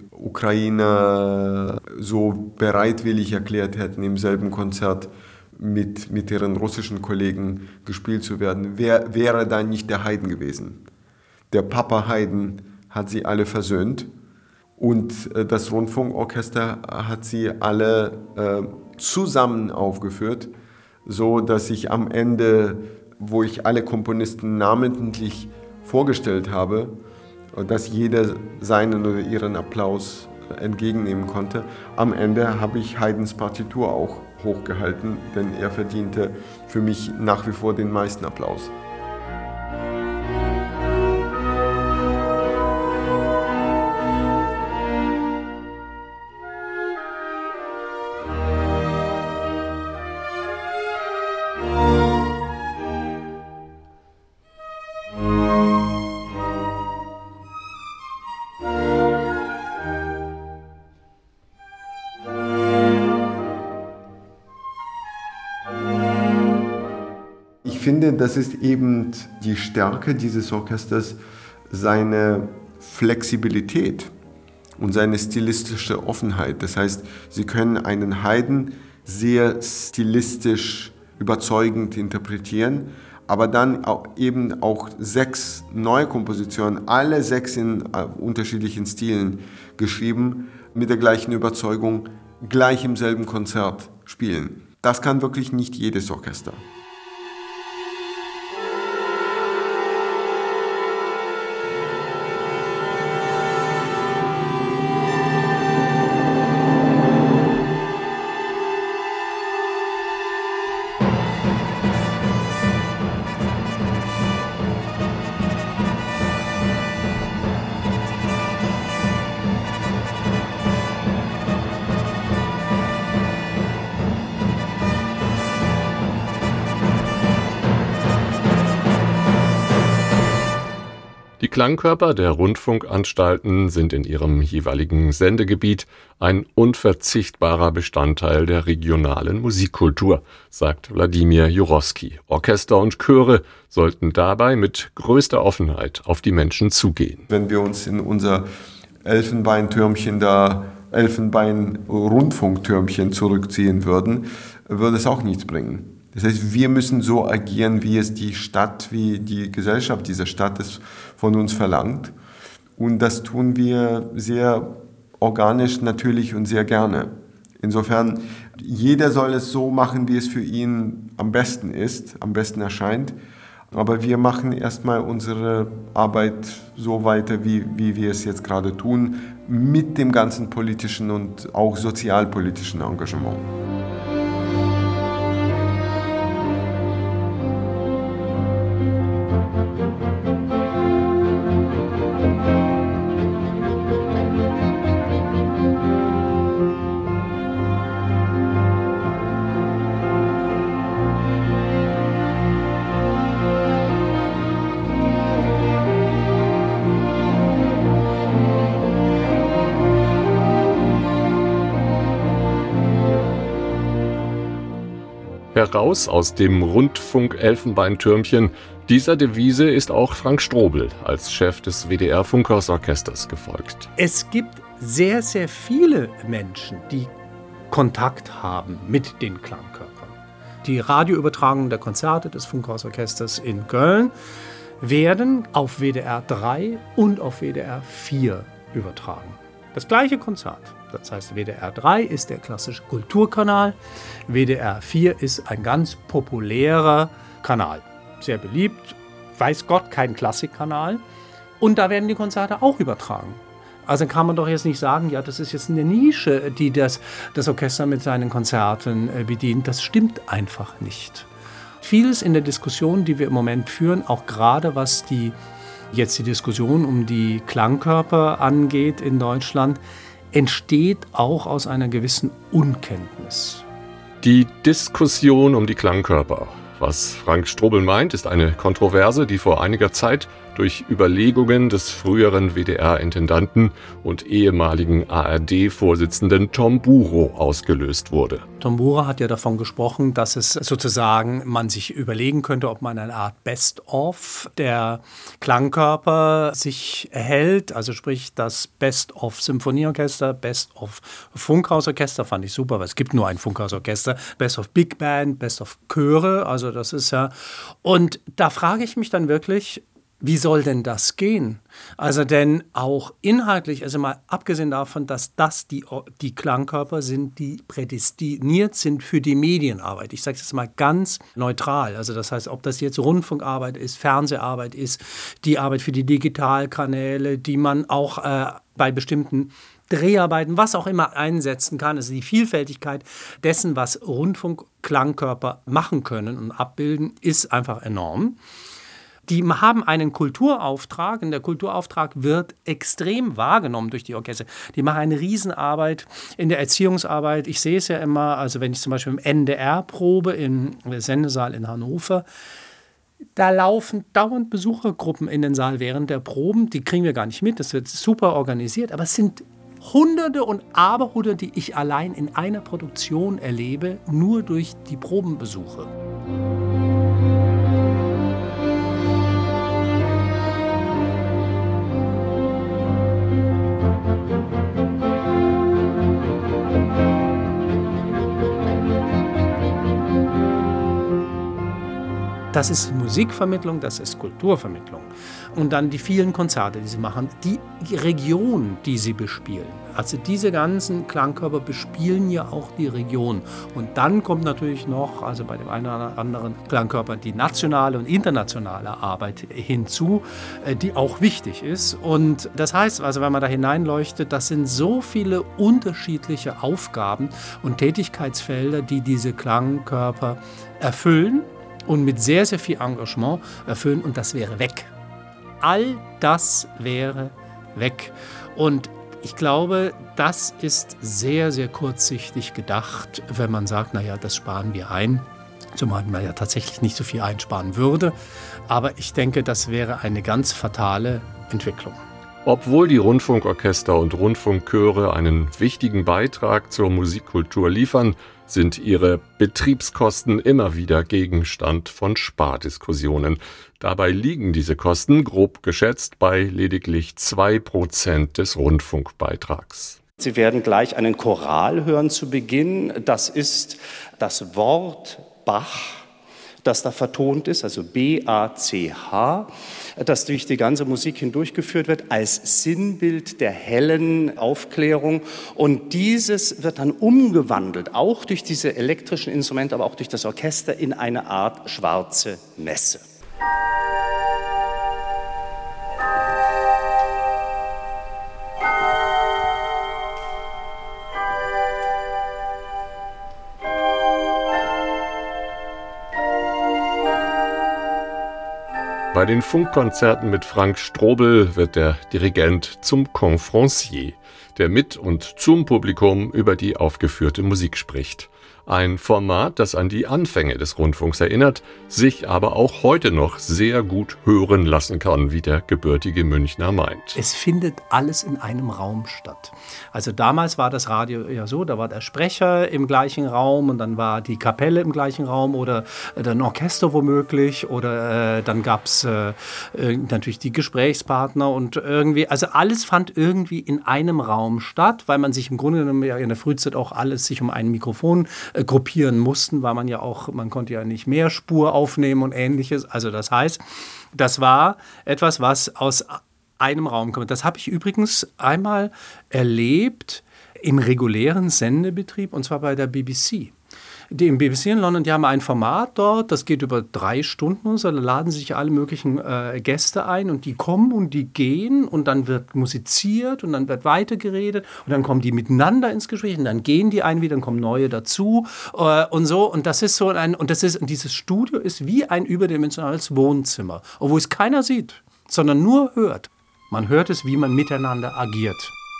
Ukrainer so bereitwillig erklärt hätten, im selben Konzert mit, mit ihren russischen Kollegen gespielt zu werden. Wer, wäre da nicht der Haydn gewesen? Der Papa Haydn hat sie alle versöhnt und das Rundfunkorchester hat sie alle äh, zusammen aufgeführt, so dass ich am Ende, wo ich alle Komponisten namentlich vorgestellt habe, dass jeder seinen oder ihren Applaus entgegennehmen konnte. Am Ende habe ich Haydns Partitur auch hochgehalten, denn er verdiente für mich nach wie vor den meisten Applaus. Ich finde, das ist eben die Stärke dieses Orchesters, seine Flexibilität und seine stilistische Offenheit. Das heißt, Sie können einen Haydn sehr stilistisch überzeugend interpretieren, aber dann auch eben auch sechs neue Kompositionen, alle sechs in unterschiedlichen Stilen geschrieben, mit der gleichen Überzeugung, gleich im selben Konzert spielen. Das kann wirklich nicht jedes Orchester. Klangkörper der Rundfunkanstalten sind in ihrem jeweiligen Sendegebiet ein unverzichtbarer Bestandteil der regionalen Musikkultur, sagt Wladimir Jurowski. Orchester und Chöre sollten dabei mit größter Offenheit auf die Menschen zugehen. Wenn wir uns in unser Elfenbeintürmchen da, Elfenbein-Rundfunktürmchen zurückziehen würden, würde es auch nichts bringen. Das heißt, wir müssen so agieren, wie es die Stadt, wie die Gesellschaft dieser Stadt es von uns verlangt. Und das tun wir sehr organisch, natürlich und sehr gerne. Insofern, jeder soll es so machen, wie es für ihn am besten ist, am besten erscheint. Aber wir machen erstmal unsere Arbeit so weiter, wie, wie wir es jetzt gerade tun, mit dem ganzen politischen und auch sozialpolitischen Engagement. Heraus aus dem Rundfunk-Elfenbeintürmchen. Dieser Devise ist auch Frank Strobel als Chef des W D R-Funkhausorchesters gefolgt. Es gibt sehr, sehr viele Menschen, die Kontakt haben mit den Klangkörpern. Die Radioübertragungen der Konzerte des Funkhausorchesters in Köln werden auf W D R drei und auf W D R vier übertragen. Das gleiche Konzert. Das heißt, W D R drei ist der klassische Kulturkanal, W D R vier ist ein ganz populärer Kanal. Sehr beliebt, weiß Gott, kein Klassikkanal. Und da werden die Konzerte auch übertragen. Also kann man doch jetzt nicht sagen, ja, das ist jetzt eine Nische, die das, das Orchester mit seinen Konzerten bedient. Das stimmt einfach nicht. Vieles in der Diskussion, die wir im Moment führen, auch gerade was die, jetzt die Diskussion um die Klangkörper angeht in Deutschland, entsteht auch aus einer gewissen Unkenntnis. Die Diskussion um die Klangkörper. Was Frank Strobel meint, ist eine Kontroverse, die vor einiger Zeit durch Überlegungen des früheren W D R-Intendanten und ehemaligen A R D-Vorsitzenden Tom Buro ausgelöst wurde. Tom Buro hat ja davon gesprochen, dass es sozusagen man sich überlegen könnte, ob man eine Art Best-of der Klangkörper sich erhält. Also sprich das Best-of Symphonieorchester, Best-of Funkhausorchester, fand ich super, weil es gibt nur ein Funkhausorchester, Best-of Big Band, Best-of Chöre, also das ist ja. Und da frage ich mich dann wirklich, wie soll denn das gehen? Also denn auch inhaltlich, also mal abgesehen davon, dass das die, die Klangkörper sind, die prädestiniert sind für die Medienarbeit. Ich sage es jetzt mal ganz neutral. Also das heißt, ob das jetzt Rundfunkarbeit ist, Fernseharbeit ist, die Arbeit für die Digitalkanäle, die man auch äh, bei bestimmten Dreharbeiten, was auch immer einsetzen kann. Also die Vielfältigkeit dessen, was Rundfunkklangkörper machen können und abbilden, ist einfach enorm. Die haben einen Kulturauftrag und der Kulturauftrag wird extrem wahrgenommen durch die Orchester. Die machen eine Riesenarbeit in der Erziehungsarbeit. Ich sehe es ja immer, also wenn ich zum Beispiel im N D R probe, im Sendesaal in Hannover, da laufen dauernd Besuchergruppen in den Saal während der Proben. Die kriegen wir gar nicht mit, das wird super organisiert, aber es sind Hunderte und Aberhunderte, die ich allein in einer Produktion erlebe, nur durch die Probenbesuche. Das ist Musikvermittlung, das ist Kulturvermittlung. Und dann die vielen Konzerte, die sie machen, die Region, die sie bespielen. Also diese ganzen Klangkörper bespielen ja auch die Region. Und dann kommt natürlich noch, also bei dem einen oder anderen Klangkörper, die nationale und internationale Arbeit hinzu, die auch wichtig ist. Und das heißt, also wenn man da hineinleuchtet, das sind so viele unterschiedliche Aufgaben und Tätigkeitsfelder, die diese Klangkörper erfüllen. Und mit sehr, sehr viel Engagement erfüllen und das wäre weg. All das wäre weg. Und ich glaube, das ist sehr, sehr kurzsichtig gedacht, wenn man sagt, naja, das sparen wir ein. Zumal man ja tatsächlich nicht so viel einsparen würde. Aber ich denke, das wäre eine ganz fatale Entwicklung. Obwohl die Rundfunkorchester und Rundfunkchöre einen wichtigen Beitrag zur Musikkultur liefern, sind ihre Betriebskosten immer wieder Gegenstand von Spardiskussionen. Dabei liegen diese Kosten, grob geschätzt, bei lediglich zwei Prozent des Rundfunkbeitrags. Sie werden gleich einen Choral hören zu Beginn. Das ist das Wort Bach, das da vertont ist, also B A C H, das durch die ganze Musik hindurchgeführt wird als Sinnbild der hellen Aufklärung. Und dieses wird dann umgewandelt, auch durch diese elektrischen Instrumente, aber auch durch das Orchester, in eine Art schwarze Messe. Bei den Funkkonzerten mit Frank Strobel wird der Dirigent zum Conférencier, der mit und zum Publikum über die aufgeführte Musik spricht. Ein Format, das an die Anfänge des Rundfunks erinnert, sich aber auch heute noch sehr gut hören lassen kann, wie der gebürtige Münchner meint. Es findet alles in einem Raum statt. Also damals war das Radio ja so, da war der Sprecher im gleichen Raum und dann war die Kapelle im gleichen Raum oder ein Orchester womöglich oder äh, dann gab es äh, natürlich die Gesprächspartner und irgendwie, also alles fand irgendwie in einem Raum statt, weil man sich im Grunde genommen ja in der Frühzeit auch alles sich um ein Mikrofon äh, gruppieren mussten, weil man ja auch, man konnte ja nicht mehr Spur aufnehmen und ähnliches. Also das heißt, das war etwas, was aus einem Raum kommt. Das habe ich übrigens einmal erlebt im regulären Sendebetrieb und zwar bei der B B C. Die im B B C in London, die haben ein Format dort, das geht über drei Stunden und so, da laden sich alle möglichen äh, Gäste ein und die kommen und die gehen und dann wird musiziert und dann wird weitergeredet und dann kommen die miteinander ins Gespräch und dann gehen die ein wieder, dann kommen neue dazu äh, und so und das ist so ein, und das ist, und dieses Studio ist wie ein überdimensionales Wohnzimmer, obwohl es keiner sieht, sondern nur hört. Man hört es, wie man miteinander agiert.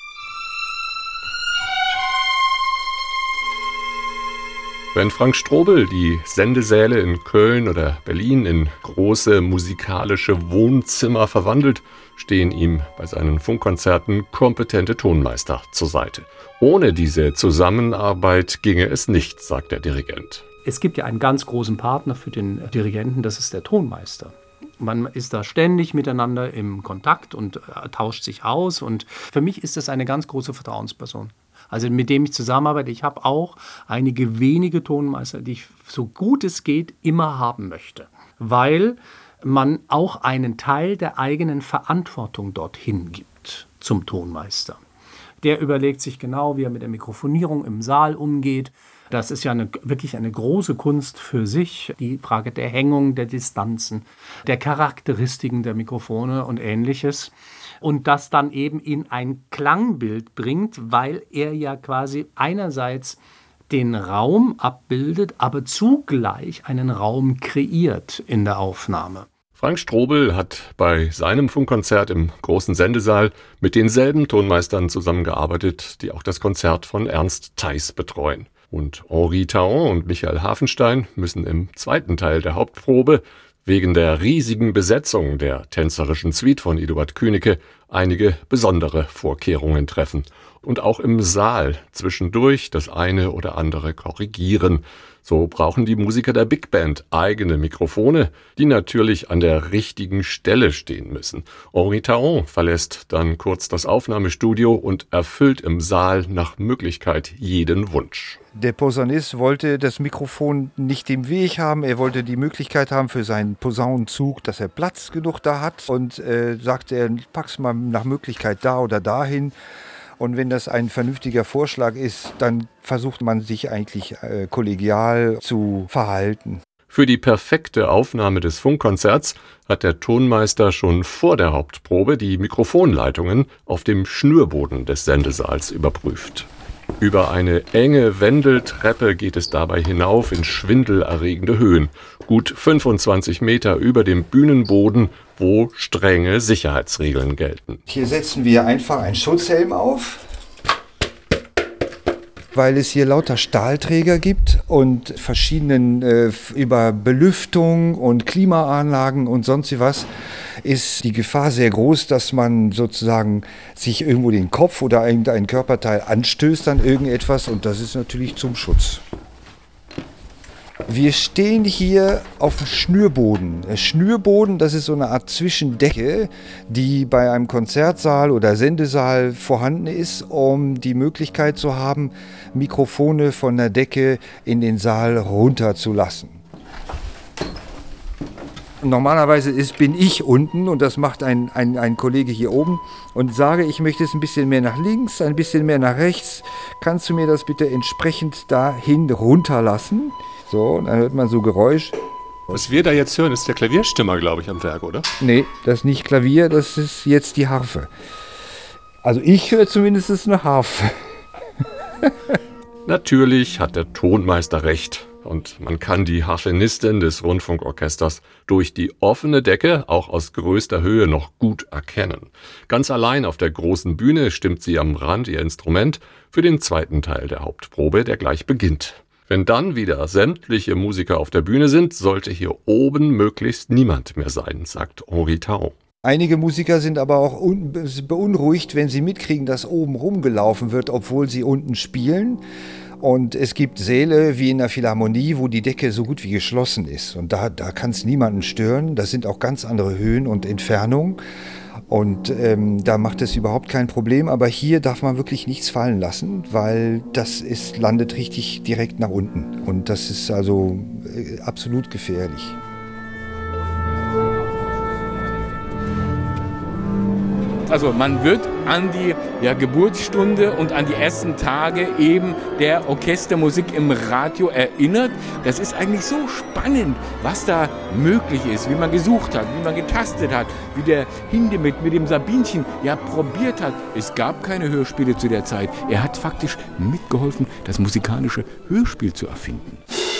Wenn Frank Strobel die Sendesäle in Köln oder Berlin in große musikalische Wohnzimmer verwandelt, stehen ihm bei seinen Funkkonzerten kompetente Tonmeister zur Seite. Ohne diese Zusammenarbeit ginge es nicht, sagt der Dirigent. Es gibt ja einen ganz großen Partner für den Dirigenten, das ist der Tonmeister. Man ist da ständig miteinander im Kontakt und äh, tauscht sich aus und für mich ist das eine ganz große Vertrauensperson. Also mit dem ich zusammenarbeite, ich habe auch einige wenige Tonmeister, die ich so gut es geht immer haben möchte, weil man auch einen Teil der eigenen Verantwortung dorthin gibt zum Tonmeister. Der überlegt sich genau, wie er mit der Mikrofonierung im Saal umgeht. Das ist ja eine, wirklich eine große Kunst für sich, die Frage der Hängung, der Distanzen, der Charakteristiken der Mikrofone und Ähnliches. Und das dann eben in ein Klangbild bringt, weil er ja quasi einerseits den Raum abbildet, aber zugleich einen Raum kreiert in der Aufnahme. Frank Strobel hat bei seinem Funkkonzert im großen Sendesaal mit denselben Tonmeistern zusammengearbeitet, die auch das Konzert von Ernst Theis betreuen. Und Henri Taon und Michael Hafenstein müssen im zweiten Teil der Hauptprobe wegen der riesigen Besetzung der tänzerischen Suite von Eduard Künike einige besondere Vorkehrungen treffen und auch im Saal zwischendurch das eine oder andere korrigieren. So brauchen die Musiker der Big Band eigene Mikrofone, die natürlich an der richtigen Stelle stehen müssen. Henri Taon verlässt dann kurz das Aufnahmestudio und erfüllt im Saal nach Möglichkeit jeden Wunsch. Der Posaunist wollte das Mikrofon nicht im Weg haben. Er wollte die Möglichkeit haben für seinen Posaunenzug, dass er Platz genug da hat. Und äh, sagte er, pack's mal nach Möglichkeit da oder dahin. Und wenn das ein vernünftiger Vorschlag ist, dann versucht man sich eigentlich äh, kollegial zu verhalten. Für die perfekte Aufnahme des Funkkonzerts hat der Tonmeister schon vor der Hauptprobe die Mikrofonleitungen auf dem Schnürboden des Sendesaals überprüft. Über eine enge Wendeltreppe geht es dabei hinauf in schwindelerregende Höhen, gut fünfundzwanzig Meter über dem Bühnenboden, wo strenge Sicherheitsregeln gelten. Hier setzen wir einfach einen Schutzhelm auf, weil es hier lauter Stahlträger gibt und verschiedenen äh, über Belüftung und Klimaanlagen und sonst was ist die Gefahr sehr groß, dass man sozusagen sich irgendwo den Kopf oder irgendein Körperteil anstößt an irgendetwas und das ist natürlich zum Schutz. Wir stehen hier auf dem Schnürboden. Der Schnürboden, das ist so eine Art Zwischendecke, die bei einem Konzertsaal oder Sendesaal vorhanden ist, um die Möglichkeit zu haben, Mikrofone von der Decke in den Saal runterzulassen. Normalerweise ist, bin ich unten und das macht ein, ein, ein Kollege hier oben und sage, ich möchte es ein bisschen mehr nach links, ein bisschen mehr nach rechts. Kannst du mir das bitte entsprechend dahin runterlassen? So, und dann hört man so Geräusch. Was wir da jetzt hören, ist der Klavierstimmer, glaube ich, am Werk, oder? Nee, das ist nicht Klavier, das ist jetzt die Harfe. Also ich höre zumindest eine Harfe. Natürlich hat der Tonmeister recht. Und man kann die Harfenistin des Rundfunkorchesters durch die offene Decke auch aus größter Höhe noch gut erkennen. Ganz allein auf der großen Bühne stimmt sie am Rand ihr Instrument für den zweiten Teil der Hauptprobe, der gleich beginnt. Wenn dann wieder sämtliche Musiker auf der Bühne sind, sollte hier oben möglichst niemand mehr sein, sagt Henri Taron. Einige Musiker sind aber auch beunruhigt, wenn sie mitkriegen, dass oben rumgelaufen wird, obwohl sie unten spielen. Und es gibt Säle wie in der Philharmonie, wo die Decke so gut wie geschlossen ist. Und da, da kann es niemanden stören. Das sind auch ganz andere Höhen und Entfernungen. Und ähm, da macht es überhaupt kein Problem. Aber hier darf man wirklich nichts fallen lassen, weil das ist, landet richtig direkt nach unten. Und das ist also äh, absolut gefährlich. Also man wird an die ja, Geburtsstunde und an die ersten Tage eben der Orchestermusik im Radio erinnert. Das ist eigentlich so spannend, was da möglich ist, wie man gesucht hat, wie man getastet hat, wie der Hindemith mit dem Sabinchen ja probiert hat. Es gab keine Hörspiele zu der Zeit. Er hat faktisch mitgeholfen, das musikalische Hörspiel zu erfinden.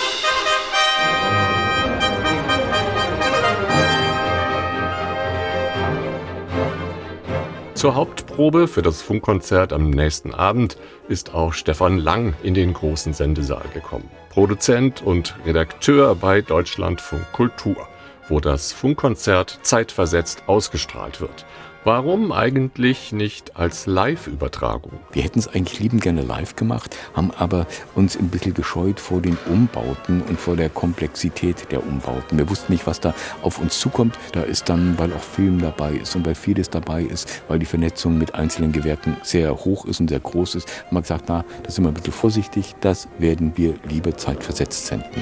Zur Hauptprobe für das Funkkonzert am nächsten Abend ist auch Stefan Lang in den großen Sendesaal gekommen. Produzent und Redakteur bei Deutschlandfunk Kultur, wo das Funkkonzert zeitversetzt ausgestrahlt wird. Warum eigentlich nicht als Live-Übertragung? Wir hätten es eigentlich liebend gerne live gemacht, haben aber uns ein bisschen gescheut vor den Umbauten und vor der Komplexität der Umbauten. Wir wussten nicht, was da auf uns zukommt. Da ist dann, weil auch Film dabei ist und weil vieles dabei ist, weil die Vernetzung mit einzelnen Gewerken sehr hoch ist und sehr groß ist, haben wir gesagt, na, da sind wir ein bisschen vorsichtig, das werden wir lieber zeitversetzt senden.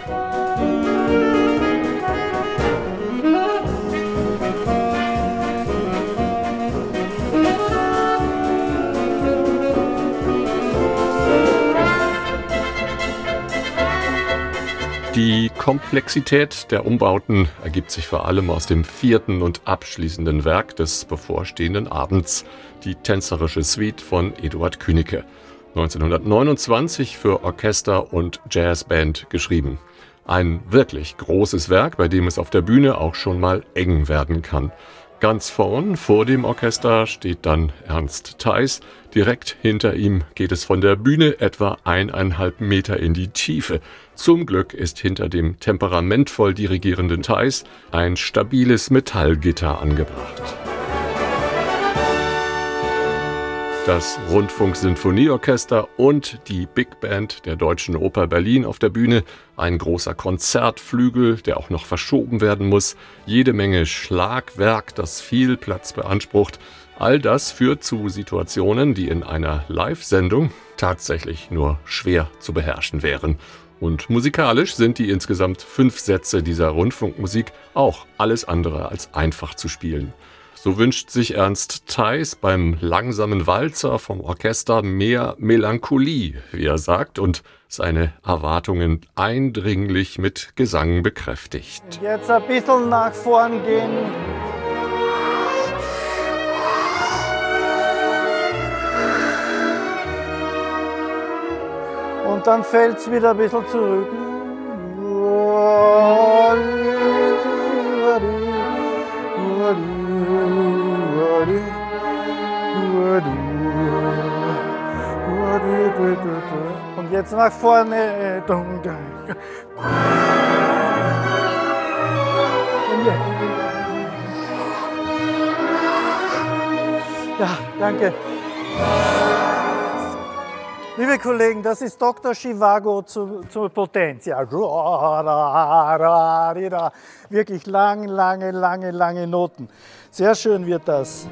Die Komplexität der Umbauten ergibt sich vor allem aus dem vierten und abschließenden Werk des bevorstehenden Abends, die tänzerische Suite von Eduard Künigke, neunzehnhundertneunundzwanzig für Orchester und Jazzband geschrieben. Ein wirklich großes Werk, bei dem es auf der Bühne auch schon mal eng werden kann. Ganz vorn, vor dem Orchester, steht dann Ernst Theis. Direkt hinter ihm geht es von der Bühne etwa eineinhalb Meter in die Tiefe. Zum Glück ist hinter dem temperamentvoll dirigierenden Theis ein stabiles Metallgitter angebracht. Das Rundfunk-Sinfonieorchester und die Big Band der Deutschen Oper Berlin auf der Bühne, ein großer Konzertflügel, der auch noch verschoben werden muss, jede Menge Schlagwerk, das viel Platz beansprucht. All das führt zu Situationen, die in einer Live-Sendung tatsächlich nur schwer zu beherrschen wären. Und musikalisch sind die insgesamt fünf Sätze dieser Rundfunkmusik auch alles andere als einfach zu spielen. So wünscht sich Ernst Theis beim langsamen Walzer vom Orchester mehr Melancholie, wie er sagt, und seine Erwartungen eindringlich mit Gesang bekräftigt. Jetzt ein bisschen nach vorn gehen. Und dann fällt es wieder ein bisschen zurück. Und jetzt nach vorne. Ja, danke. Liebe Kollegen, das ist Doktor Zhivago zu, zur Potenz. Ja. Wirklich lange, lange, lange, lange Noten. Sehr schön wird das.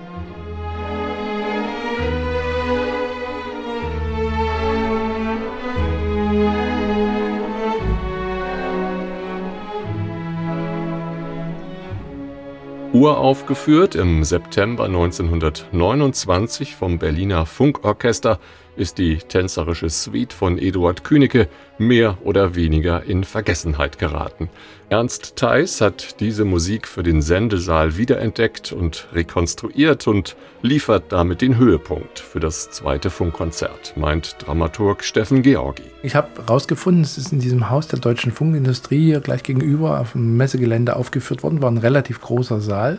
Uraufgeführt im September neunzehnhundertneunundzwanzig vom Berliner Funkorchester ist die tänzerische Suite von Eduard Künicke mehr oder weniger in Vergessenheit geraten. Ernst Theis hat diese Musik für den Sendesaal wiederentdeckt und rekonstruiert und liefert damit den Höhepunkt für das zweite Funkkonzert, meint Dramaturg Steffen Georgi. Ich habe herausgefunden, es ist in diesem Haus der deutschen Funkindustrie hier gleich gegenüber auf dem Messegelände aufgeführt worden, war ein relativ großer Saal.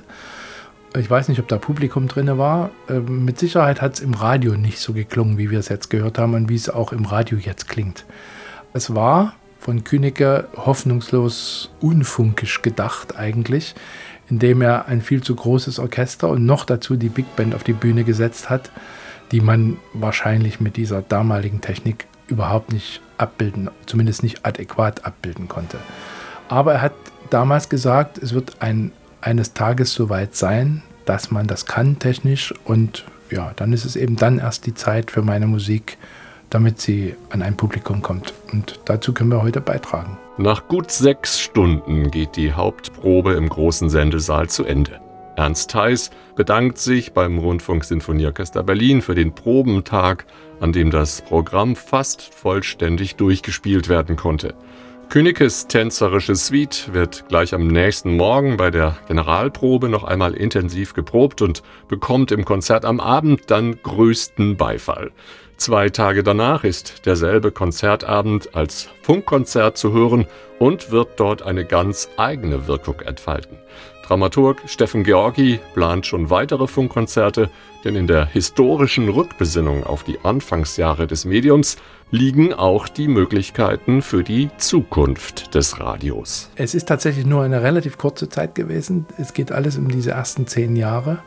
Ich weiß nicht, ob da Publikum drin war. Mit Sicherheit hat es im Radio nicht so geklungen, wie wir es jetzt gehört haben und wie es auch im Radio jetzt klingt. Es war von Künicke hoffnungslos unfunkisch gedacht eigentlich, indem er ein viel zu großes Orchester und noch dazu die Big Band auf die Bühne gesetzt hat, die man wahrscheinlich mit dieser damaligen Technik überhaupt nicht abbilden, zumindest nicht adäquat abbilden konnte. Aber er hat damals gesagt, es wird ein eines Tages soweit sein, dass man das kann technisch und ja, dann ist es eben dann erst die Zeit für meine Musik, damit sie an ein Publikum kommt. Und dazu können wir heute beitragen. Nach gut sechs Stunden geht die Hauptprobe im großen Sendesaal zu Ende. Ernst Theis bedankt sich beim Rundfunk-Sinfonieorchester Berlin für den Probentag, an dem das Programm fast vollständig durchgespielt werden konnte. Künnickes tänzerische Suite wird gleich am nächsten Morgen bei der Generalprobe noch einmal intensiv geprobt und bekommt im Konzert am Abend dann größten Beifall. Zwei Tage danach ist derselbe Konzertabend als Funkkonzert zu hören und wird dort eine ganz eigene Wirkung entfalten. Dramaturg Steffen Georgi plant schon weitere Funkkonzerte, denn in der historischen Rückbesinnung auf die Anfangsjahre des Mediums liegen auch die Möglichkeiten für die Zukunft des Radios. Es ist tatsächlich nur eine relativ kurze Zeit gewesen. Es geht alles um diese ersten zehn Jahre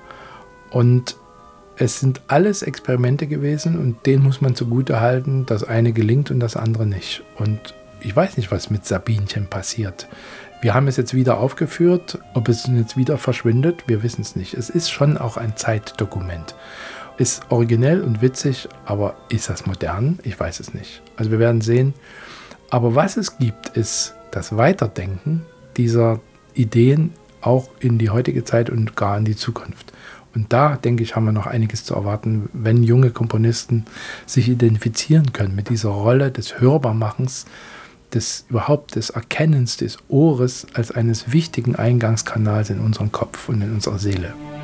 und es sind alles Experimente gewesen und denen muss man zugutehalten, das eine gelingt und das andere nicht. Und ich weiß nicht, was mit Sabinchen passiert. Wir haben es jetzt wieder aufgeführt, ob es jetzt wieder verschwindet, wir wissen es nicht. Es ist schon auch ein Zeitdokument. Ist originell und witzig, aber ist das modern? Ich weiß es nicht. Also wir werden sehen. Aber was es gibt, ist das Weiterdenken dieser Ideen auch in die heutige Zeit und gar in die Zukunft. Und da, denke ich, haben wir noch einiges zu erwarten, wenn junge Komponisten sich identifizieren können mit dieser Rolle des Hörbarmachens, des überhaupt des Erkennens des Ohres als eines wichtigen Eingangskanals in unseren Kopf und in unserer Seele.